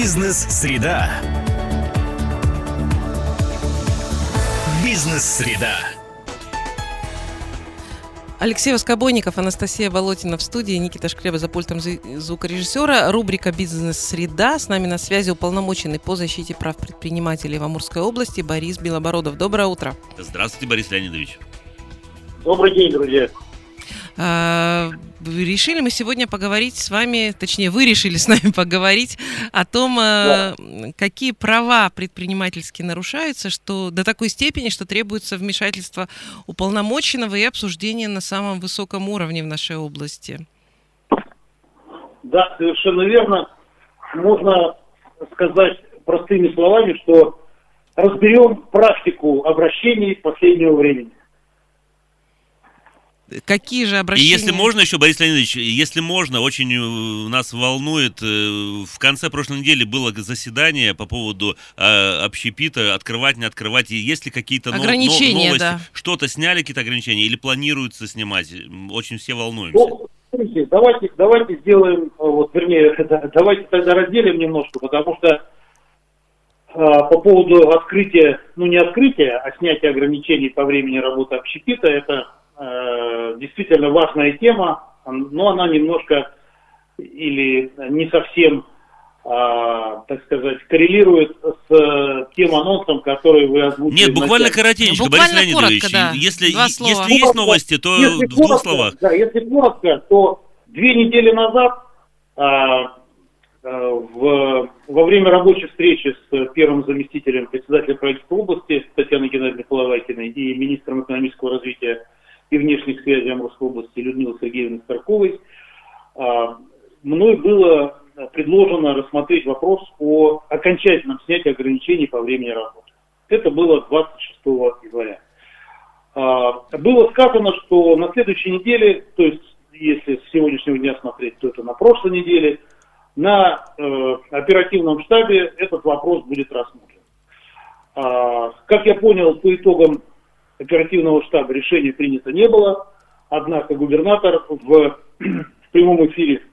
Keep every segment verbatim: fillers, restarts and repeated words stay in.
Бизнес-среда. Бизнес-среда. Алексей Воскобойников, Анастасия Болотина в студии, Никита Шкреба за пультом звукорежиссера. Рубрика «Бизнес-среда». С нами на связи уполномоченный по защите прав предпринимателей в Амурской области Борис Белобородов. Доброе утро. Здравствуйте, Борис Леонидович. Добрый день, друзья. Решили мы сегодня поговорить с вами, точнее, вы решили с нами поговорить о том, да. какие права предпринимательские нарушаются, что до такой степени, что требуется вмешательство уполномоченного и обсуждение на самом высоком уровне в нашей области. Да, совершенно верно. Можно сказать простыми словами, что разберем практику обращений последнего времени. Какие же обращения? И если можно еще, Борис Леонидович, если можно, очень нас волнует, в конце прошлой недели было заседание по поводу э, общепита, открывать, не открывать, и есть ли какие-то ограничения, но, новости, да. что-то сняли, какие-то ограничения, или планируется снимать? Очень все волнуемся. Ну, смотрите, давайте, давайте сделаем, вот, вернее, давайте тогда разделим немножко, потому что э, по поводу открытия, ну не открытия, а снятия ограничений по времени работы общепита, это действительно важная тема, но она немножко или не совсем, а, так сказать, коррелирует с тем анонсом, который вы озвучили. Нет, буквально коротенько, буквально Борис Леонидович. Коротко, да. Если, если если есть новости, то если в коротко, двух словах. Да, если коротко, то две недели назад а, а, в, во время рабочей встречи с первым заместителем председателя правительства области Татьяной Геннадьевной Половайкиной и министром экономического развития и внешних связей Амурской области Людмилой Сергеевной Старковой, мной было предложено рассмотреть вопрос о окончательном снятии ограничений по времени работы. Это было двадцать шестого января. Было сказано, что на следующей неделе, то есть если с сегодняшнего дня смотреть, то это на прошлой неделе, на оперативном штабе этот вопрос будет рассмотрен. Как я понял, по итогам оперативного штаба решения принято не было, однако губернатор в, в прямом эфире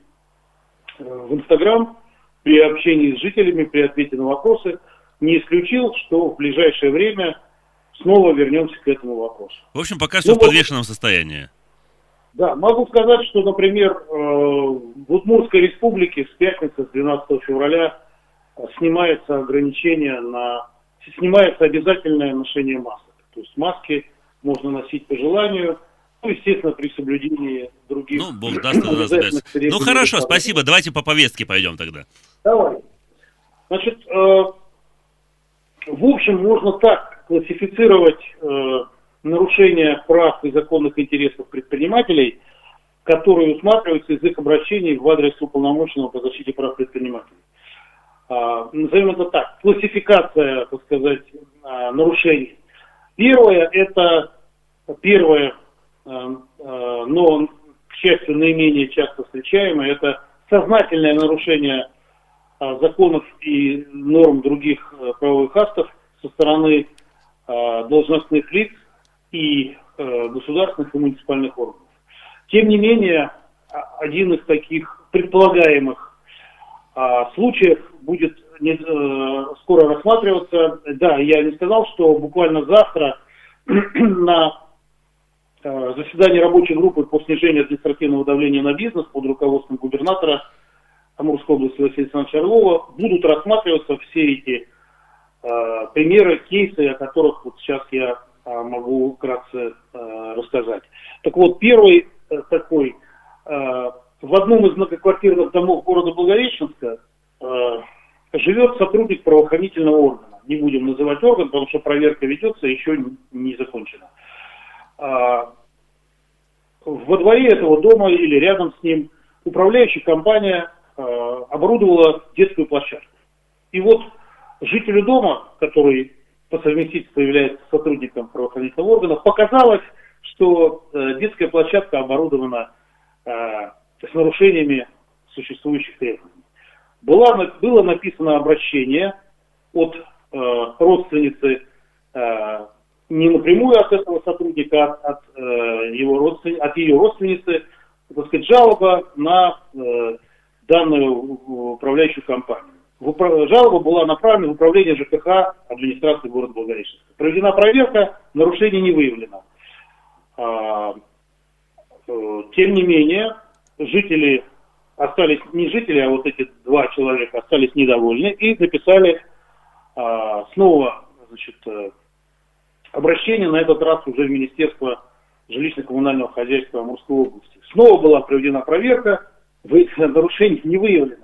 в Инстаграм при общении с жителями, при ответе на вопросы не исключил, что в ближайшее время снова вернемся к этому вопросу. В общем, пока все ну, в подвешенном состоянии. Да, могу сказать, что, например, в Удмуртской республике с пятницы, с двенадцатого февраля снимается ограничение на, снимается обязательное ношение масок. То есть маски можно носить по желанию, ну, естественно, при соблюдении других... Ну, Бог даст, это разбирается. Ну, хорошо, спасибо. Давайте по повестке пойдем тогда. Давай. Значит, э, в общем, можно так классифицировать э, нарушения прав и законных интересов предпринимателей, которые усматриваются из их обращений в адрес уполномоченного по защите прав предпринимателей. Э, назовем это так. Классификация, так сказать, э, нарушений. Первое, это первое, но, к счастью, наименее часто встречаемое, это сознательное нарушение законов и норм других правовых актов со стороны должностных лиц и государственных и муниципальных органов. Тем не менее, один из таких предполагаемых случаев будет не, э, скоро рассматриваться. Да, я не сказал, что буквально завтра на э, заседании рабочей группы по снижению административного давления на бизнес под руководством губернатора Амурской области Василия Александровича Орлова будут рассматриваться все эти э, примеры, кейсы, о которых вот сейчас я э, могу вкратце э, рассказать. Так вот, первый э, такой, э, в одном из многоквартирных домов города Благовещенска э, живет сотрудник правоохранительного органа. Не будем называть орган, потому что проверка ведется, еще не закончена. А, во дворе этого дома или рядом с ним управляющая компания а, оборудовала детскую площадку. И вот жителю дома, который по совместительству является сотрудником правоохранительного органа, показалось, что а, детская площадка оборудована а, с нарушениями существующих требований. Была, было написано обращение от э, родственницы, э, не напрямую от этого сотрудника, а от, от, э, его родствен, от ее родственницы, так сказать, жалоба на э, данную управляющую компанию. в управ... жалоба была направлена в управление ЖКХ администрации города Благовещенска. Проведена проверка, нарушений не выявлено. А, э, тем не менее, жители остались, не жители, а вот эти два человека остались недовольны и написали а, снова, значит, обращение, на этот раз уже в Министерство жилищно-коммунального хозяйства Амурской области. Снова была проведена проверка, нарушений не выявлено.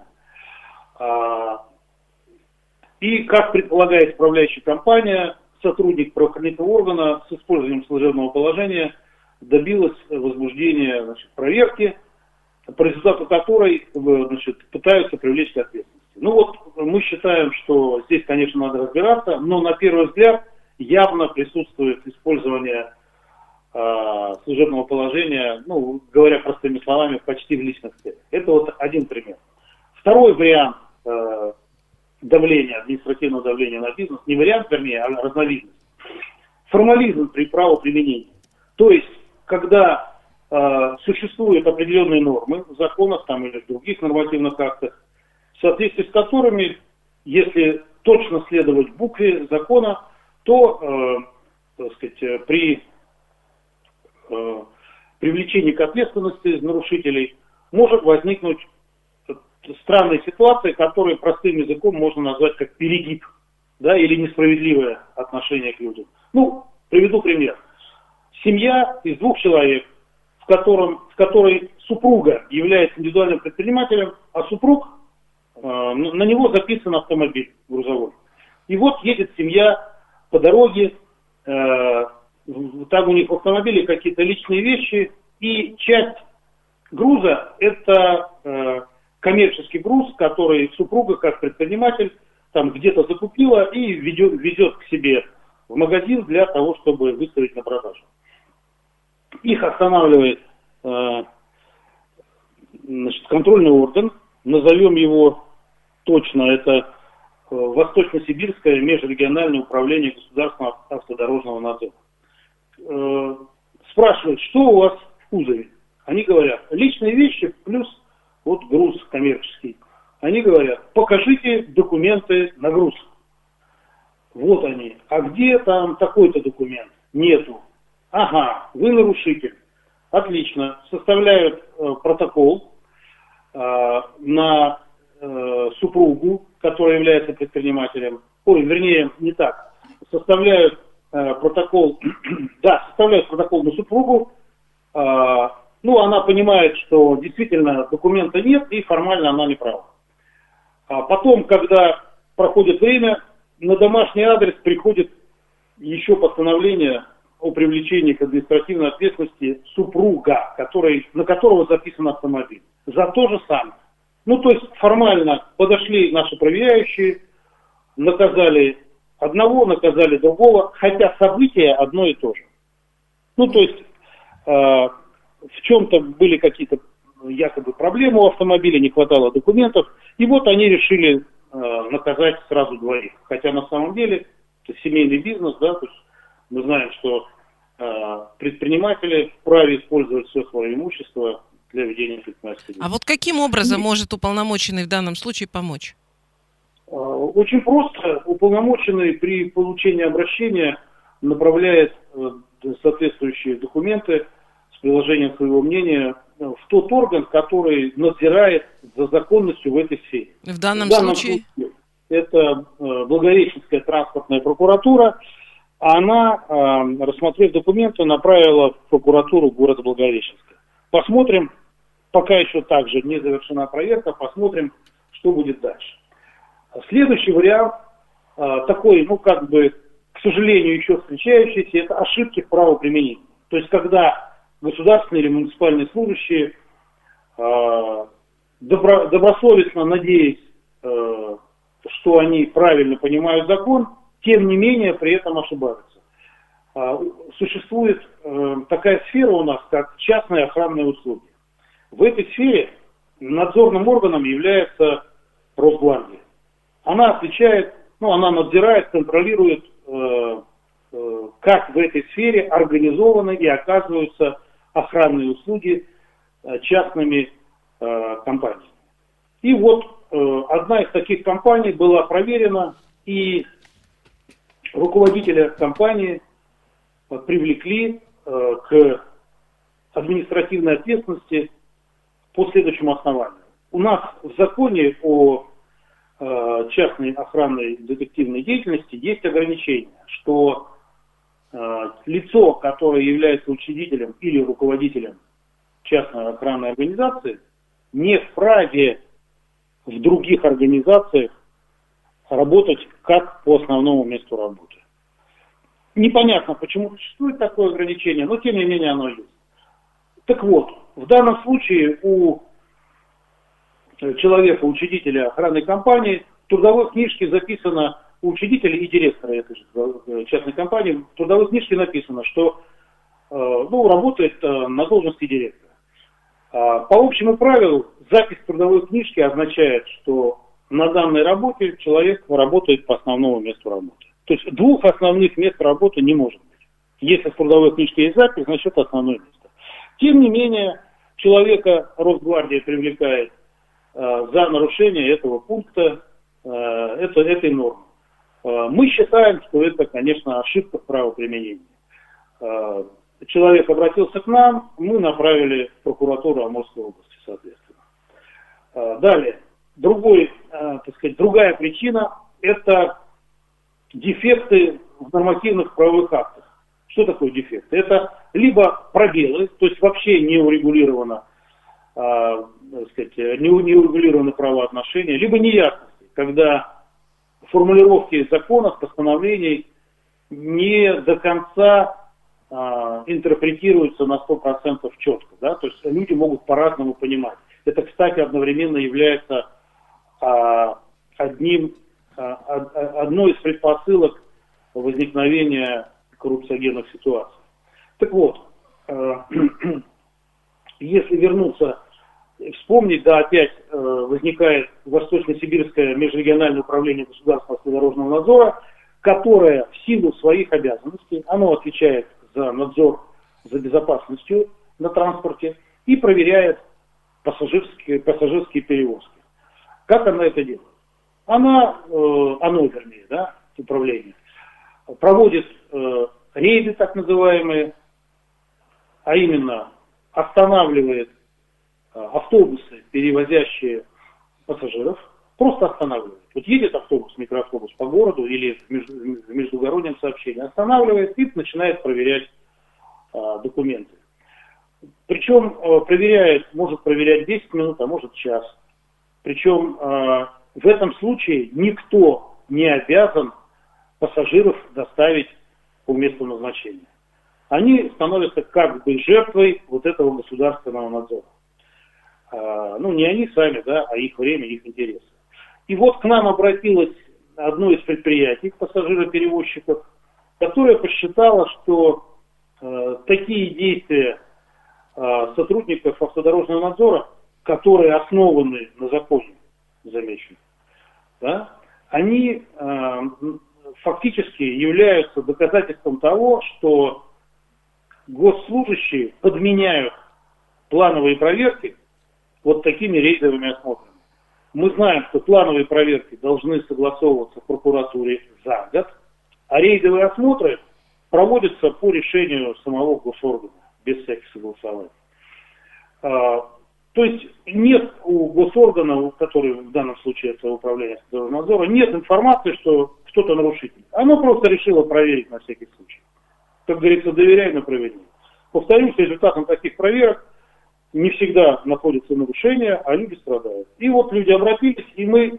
И, как предполагает управляющая компания, сотрудник правоохранительного органа с использованием служебного положения добилась возбуждения, значит, проверки, по результату которой, значит, пытаются привлечь к ответственности. Ну вот, мы считаем, что здесь, конечно, надо разбираться, но на первый взгляд явно присутствует использование э, служебного положения, ну, говоря простыми словами, почти в личных целях. Это вот один пример. Второй вариант э, давления, административного давления на бизнес, не вариант, вернее, а разновидность. Формализм при правоприменении. То есть, когда э, существуют определенные нормы в законах там, или в других нормативных актах, в соответствии с которыми, если точно следовать букве закона, то, э, так сказать, при э, привлечении к ответственности нарушителей может возникнуть странные ситуации, которые простым языком можно назвать как перегиб, да, или несправедливое отношение к людям. Ну, приведу пример. Семья из двух человек, в, котором, в которой супруга является индивидуальным предпринимателем, а супруг, э, на него записан автомобиль грузовой. И вот едет семья по дороге, э, там у них в автомобиле какие-то личные вещи, и часть груза это э, коммерческий груз, который супруга как предприниматель там где-то закупила и ведет, везет к себе в магазин для того, чтобы выставить на продажу. Их останавливает э, значит, контрольный орган, назовем его точно, это Восточно-Сибирское межрегиональное управление государственного автодорожного надзора. Э, спрашивают, что у вас в кузове? Они говорят, личные вещи плюс вот груз коммерческий. Они говорят, покажите документы на груз. Вот они. А где там такой-то документ? Нету. Ага, вы нарушитель. Отлично. Составляют э, протокол э, на э, супругу, которая является предпринимателем. Ой, вернее, не так. Составляют э, протокол, да, составляют протокол на супругу. Э, ну, она понимает, что действительно документа нет, и формально она не права. А потом, когда проходит время, на домашний адрес приходит еще постановление о привлечении к административной ответственности супруга, который, на которого записан автомобиль. За то же самое. Ну, то есть формально подошли наши проверяющие, наказали одного, наказали другого, хотя событие одно и то же. Ну, то есть э, в чем-то были какие-то якобы проблемы у автомобиля, не хватало документов, и вот они решили э, наказать сразу двоих. Хотя на самом деле это семейный бизнес, да, то есть мы знаем, что э, предприниматели вправе использовать все свое имущество для ведения предпринимательской деятельности. А вот каким образом может уполномоченный в данном случае помочь? Э, очень просто. Уполномоченный при получении обращения направляет э, соответствующие документы с приложением своего мнения в тот орган, который надзирает за законностью в этой сфере. В данном, в данном случае? случае это э, Благовещенская транспортная прокуратура. Она, э, рассмотрев документы, направила в прокуратуру города Благовещенска. Посмотрим, пока еще также не завершена проверка, посмотрим, что будет дальше. Следующий вариант, э, такой, ну как бы, к сожалению, еще встречающийся, это ошибки в правоприменении. То есть, когда государственные или муниципальные служащие, э, добро, добросовестно надеясь, э, что они правильно понимают закон, тем не менее при этом ошибаются. Э, существует э, такая сфера у нас, как частные охранные услуги. В этой сфере надзорным органом является Росгвардия. Она отвечает, ну, она надзирает, контролирует, э, э, как в этой сфере организованы и оказываются охранные услуги э, частными э, компаниями. И вот э, одна из таких компаний была проверена, и руководителя компании э, привлекли э, к административной ответственности по следующему основанию. У нас в законе о э, частной охранной детективной деятельности есть ограничение, что э, лицо, которое является учредителем или руководителем частной охранной организации, не вправе в других организациях работать как по основному месту работы. Непонятно, почему существует такое ограничение, но тем не менее оно есть. Так вот, в данном случае у человека, учредителя охранной компании, в трудовой книжке записано, у учредителя и директора этой же частной компании, в трудовой книжке написано, что ну, работает на должности директора. По общему правилу, запись в трудовой книжке означает, что на данной работе человек работает по основному месту работы. То есть двух основных мест работы не может быть. Если в трудовой книжке есть запись, значит это основное место. Тем не менее, человека Росгвардия привлекает э, за нарушение этого пункта, э, это, этой нормы. Э, мы считаем, что это, конечно, ошибка в правоприменении. Э, человек обратился к нам, мы направили в прокуратуру Амурской области, соответственно. Э, далее, другой, э, так сказать, другая причина – это дефекты в нормативных правовых актах. Что такое дефекты? Это либо пробелы, то есть вообще не урегулировано, э, так сказать, не, не урегулированы правоотношения, либо неясности, когда формулировки законов, постановлений не до конца э, интерпретируются на сто процентов четко. Да? То есть люди могут по-разному понимать. Это, кстати, одновременно является э, одним, э, одной из предпосылок возникновения коррупциогенных ситуаций. Так вот, э, если вернуться, вспомнить, да, опять э, возникает Восточно-Сибирское межрегиональное управление государственного автодорожного надзора, которое в силу своих обязанностей, оно отвечает за надзор за безопасностью на транспорте и проверяет пассажирские, пассажирские перевозки. Как она это делает? Она, э, оно, вернее, да, управление, проводит э, рейды так называемые, а именно останавливает э, автобусы, перевозящие пассажиров, просто останавливает. Вот едет автобус, микроавтобус по городу или в, между, в междугороднем сообщении, останавливает и начинает проверять э, документы. Причем э, проверяет, может проверять десять минут, а может час. Причем э, в этом случае никто не обязан пассажиров доставить по месту назначения. Они становятся как бы жертвой вот этого государственного надзора. А, ну, не они сами, да, а их время, их интересы. И вот к нам обратилось одно из предприятий, пассажироперевозчиков, которое посчитало, что э, такие действия э, сотрудников автодорожного надзора, которые основаны на законе, замечу, да, они э, фактически являются доказательством того, что госслужащие подменяют плановые проверки вот такими рейдовыми осмотрами. Мы знаем, что плановые проверки должны согласовываться в прокуратуре за год, а рейдовые осмотры проводятся по решению самого госоргана, без всяких согласований. А, то есть нет у госоргана, который в данном случае это управление надзора, нет информации, что кто-то нарушитель. Оно просто решило проверить на всякий случай. Как говорится, доверяй на проверение. Повторюсь, результатом таких проверок не всегда находятся нарушения, а люди страдают. И вот люди обратились, и мы,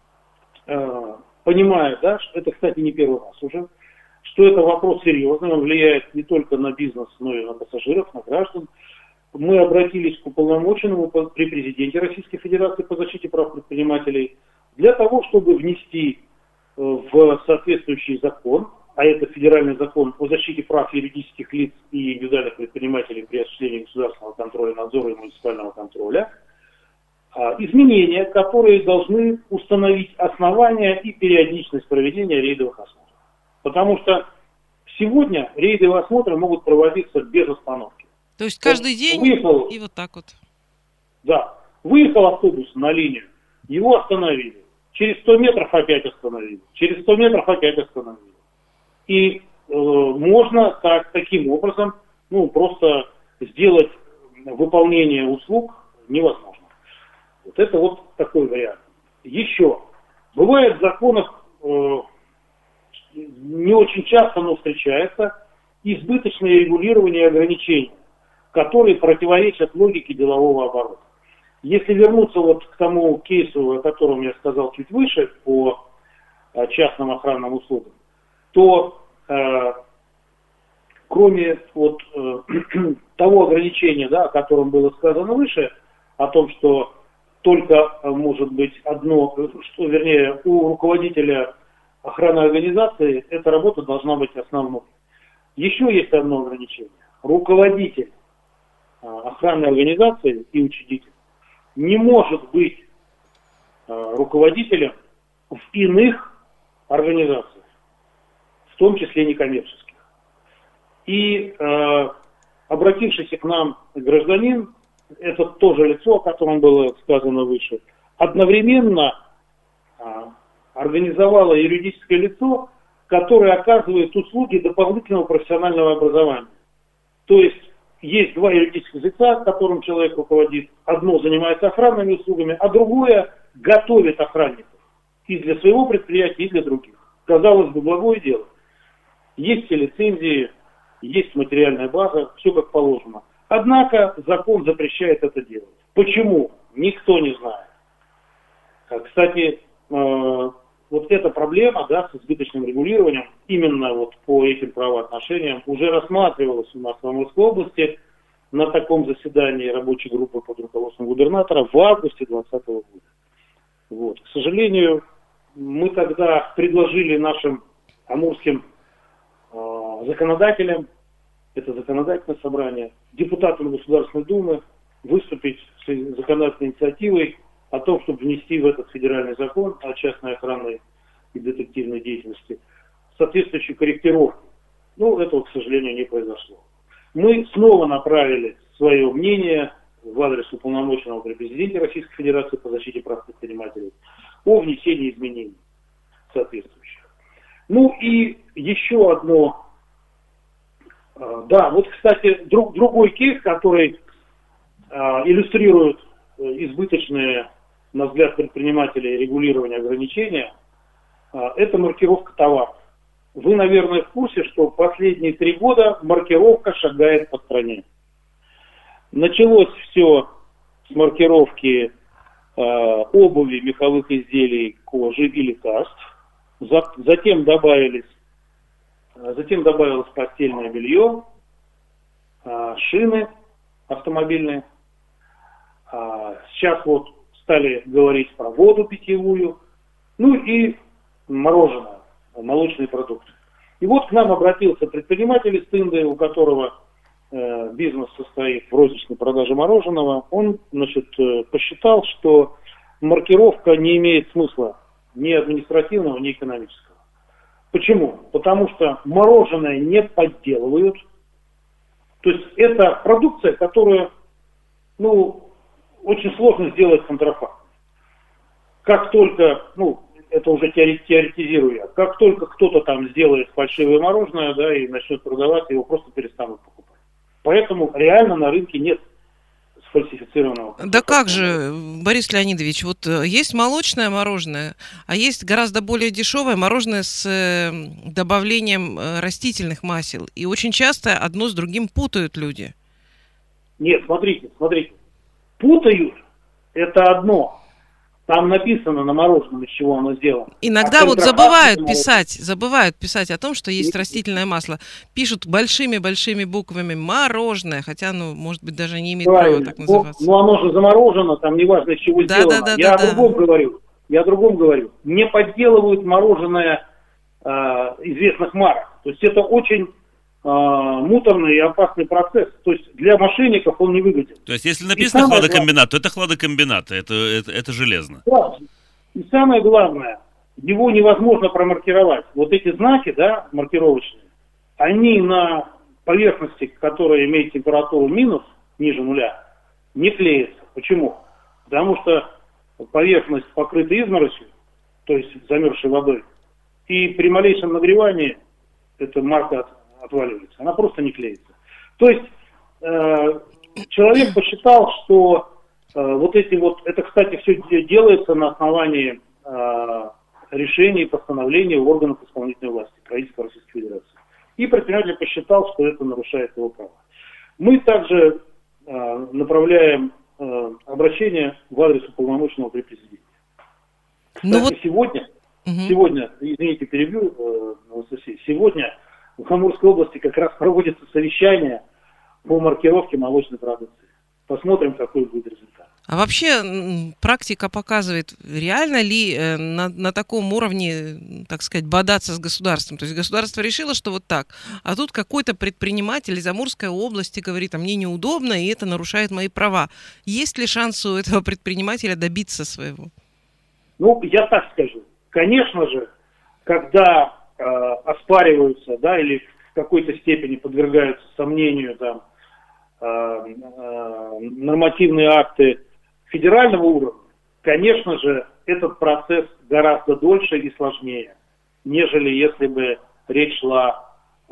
э, понимая, да, что это, кстати, не первый раз уже, что это вопрос серьезный, он влияет не только на бизнес, но и на пассажиров, на граждан. Мы обратились к уполномоченному при президенте Российской Федерации по защите прав предпринимателей для того, чтобы внести в соответствующий закон, а это федеральный закон о защите прав юридических лиц и индивидуальных предпринимателей при осуществлении государственного контроля, надзора и муниципального контроля, изменения, которые должны установить основания и периодичность проведения рейдовых осмотров. Потому что сегодня рейдовые осмотры могут проводиться без остановки. То есть каждый день выехал, и вот так вот. Да. Выехал автобус на линию, Его остановили. Через сто метров опять остановили. Через сто метров опять остановили. И э, можно так, таким образом, ну, просто сделать выполнение услуг невозможно. Вот это вот такой вариант. Еще. Бывает в законах, э, не очень часто, но встречается, избыточное регулирование и ограничения, которые противоречат логике делового оборота. Если вернуться вот к тому кейсу, о котором я сказал чуть выше, по э, частным охранным услугам, то э, кроме вот, э, того ограничения, да, о котором было сказано выше, о том, что только может быть одно, что, вернее, у руководителя охранной организации эта работа должна быть основной. Еще есть одно ограничение. Руководитель э, охранной организации и учредитель не может быть э, руководителем в иных организациях, в том числе некоммерческих. И э, обратившийся к нам гражданин, это тоже лицо, о котором было сказано выше, одновременно э, организовало юридическое лицо, которое оказывает услуги дополнительного профессионального образования. То есть есть два юридических лица, которым человек руководит. Одно занимается охранными услугами, а другое готовит охранников и для своего предприятия, и для других. Казалось бы, благое дело. Есть все лицензии, есть материальная база, все как положено. Однако закон запрещает это делать. Почему? Никто не знает. Кстати, э, вот эта проблема, да, с избыточным регулированием, именно вот по этим правоотношениям, уже рассматривалась у нас в Амурской области на таком заседании рабочей группы под руководством губернатора в августе две тысячи двадцатого года. Вот. К сожалению, мы тогда предложили нашим амурским э, законодателям, это законодательное собрание, депутатам Государственной Думы выступить с законодательной инициативой о том, чтобы внести в этот федеральный закон о частной охранной и детективной деятельности соответствующую корректировку. Но этого, к сожалению, не произошло. Мы снова направили свое мнение в адрес уполномоченного при президенте Российской Федерации по защите прав предпринимателей о внесении изменений соответствующих. Ну и еще одно. Да, вот, кстати, друг, другой кейс, который э, иллюстрирует избыточные, на взгляд предпринимателей, регулирование ограничения, э, это маркировка товаров. Вы, наверное, в курсе, что последние три года маркировка шагает по стране. Началось все с маркировки э, обуви, меховых изделий, кожи и лекарств. За, затем добавились Затем добавилось постельное белье, шины автомобильные. Сейчас вот стали говорить про воду питьевую, ну и мороженое, молочные продукты. И вот к нам обратился предприниматель из Тынды, у которого э, бизнес состоит в розничной продаже мороженого. Он, значит, посчитал, что маркировка не имеет смысла ни административного, ни экономического. Почему? Потому что мороженое не подделывают. То есть это продукция, которую, ну, очень сложно сделать контрафактной. Как только, ну, это уже теоретизирую я, как только кто-то там сделает фальшивое мороженое, да, и начнет продавать, его просто перестанут покупать. Поэтому реально на рынке нет сфальсифицированного. Да как же, Борис Леонидович, вот есть молочное мороженое, а есть гораздо более дешевое мороженое с добавлением растительных масел. И очень часто одно с другим путают люди. Нет, смотрите, смотрите. Путают – это одно. Там написано на мороженом, из чего оно сделано. Иногда а вот забывают писать, забывают писать о том, что есть Нет. растительное масло. Пишут большими-большими буквами «мороженое», хотя, ну, может быть, даже не имеет Правильно. права так называться. Ну, ну, оно же заморожено, там неважно, из чего да, сделано. Да, да, я да, о другом да. говорю. Я о другом говорю. Не подделывают мороженое э, известных марок. То есть это очень муторный и опасный процесс. То есть для мошенников он не выгоден. То есть если написано хладокомбинат, то это хладокомбинат, это, это, это железно. Да. И самое главное, его невозможно промаркировать. Вот эти знаки, да, маркировочные, они на поверхности, которая имеет температуру минус, ниже нуля, не клеятся. Почему? Потому что поверхность покрыта изморозью, то есть замерзшей водой, и при малейшем нагревании эта марка от, отваливается, она просто не клеится. То есть э, человек посчитал, что э, вот эти вот, это, кстати, все делается на основании э, решений и постановлений органов исполнительной власти, правительства Российской Федерации. И предприниматель посчитал, что это нарушает его права. Мы также э, направляем э, обращение в адрес уполномоченного при президенте. Кстати, ну вот... сегодня, угу. сегодня, извините, перебью, э, Анастасия, сегодня в Амурской области как раз проводится совещание по маркировке молочной продукции. Посмотрим, какой будет результат. А вообще практика показывает, реально ли э, на, на таком уровне, так сказать, бодаться с государством? То есть государство решило, что вот так, а тут какой-то предприниматель из Амурской области говорит, а мне неудобно, и это нарушает мои права. Есть ли шанс у этого предпринимателя добиться своего? Ну, я так скажу. Конечно же, когда э, оспариваются, да, или в какой-то степени подвергаются сомнению там, э, э, нормативные акты федерального уровня, конечно же, этот процесс гораздо дольше и сложнее, нежели если бы речь шла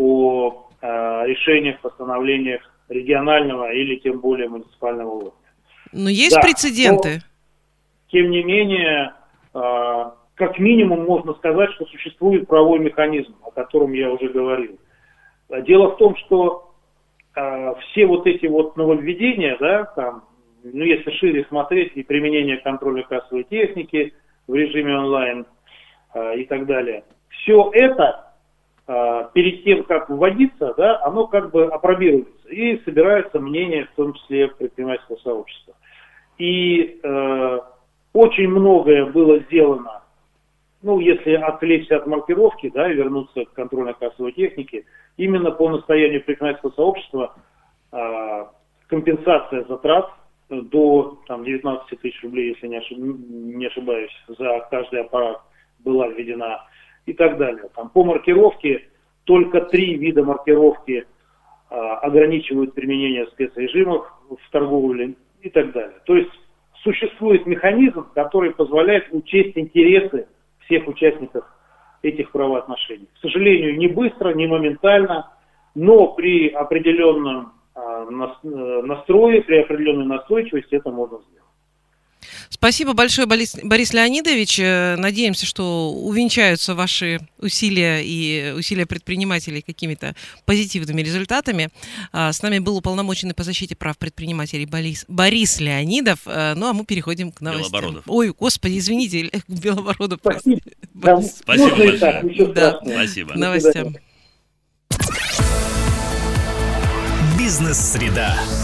о э, решениях, постановлениях регионального или тем более муниципального уровня. Но есть да, прецеденты. Но, тем не менее, э, как минимум можно сказать, что существует правовой механизм, о котором я уже говорил. Дело в том, что э, все вот эти вот нововведения, да, там, ну, если шире смотреть, и применение контроля кассовой техники в режиме онлайн э, и так далее, все это э, перед тем, как вводиться, да, оно как бы апробируется и собирается мнение, в том числе предпринимательского сообщества. И э, очень многое было сделано, ну, если отвлечься от маркировки, да, и вернуться к контрольно-кассовой технике, именно по настоянию предпринимательского сообщества э, компенсация затрат до там, девятнадцать тысяч рублей, если не, ошиб... не ошибаюсь, за каждый аппарат была введена и так далее. Там, по маркировке только три вида маркировки а, ограничивают применение спецрежимов в торговле и так далее. То есть существует механизм, который позволяет учесть интересы всех участников этих правоотношений. К сожалению, не быстро, не моментально, но при определенном настрое, при определенной настойчивости это можно сделать. Спасибо большое, Борис, Борис Леонидович. Надеемся, что увенчаются ваши усилия и усилия предпринимателей какими-то позитивными результатами. С нами был уполномоченный по защите прав предпринимателей Борис, Борис Леонидов. Ну, а мы переходим к новостям. Белобородов. Ой, господи, извините, Белобородов. Спасибо. Да, Спасибо большое. Так, да. Спасибо. К новостям. Бизнес-среда.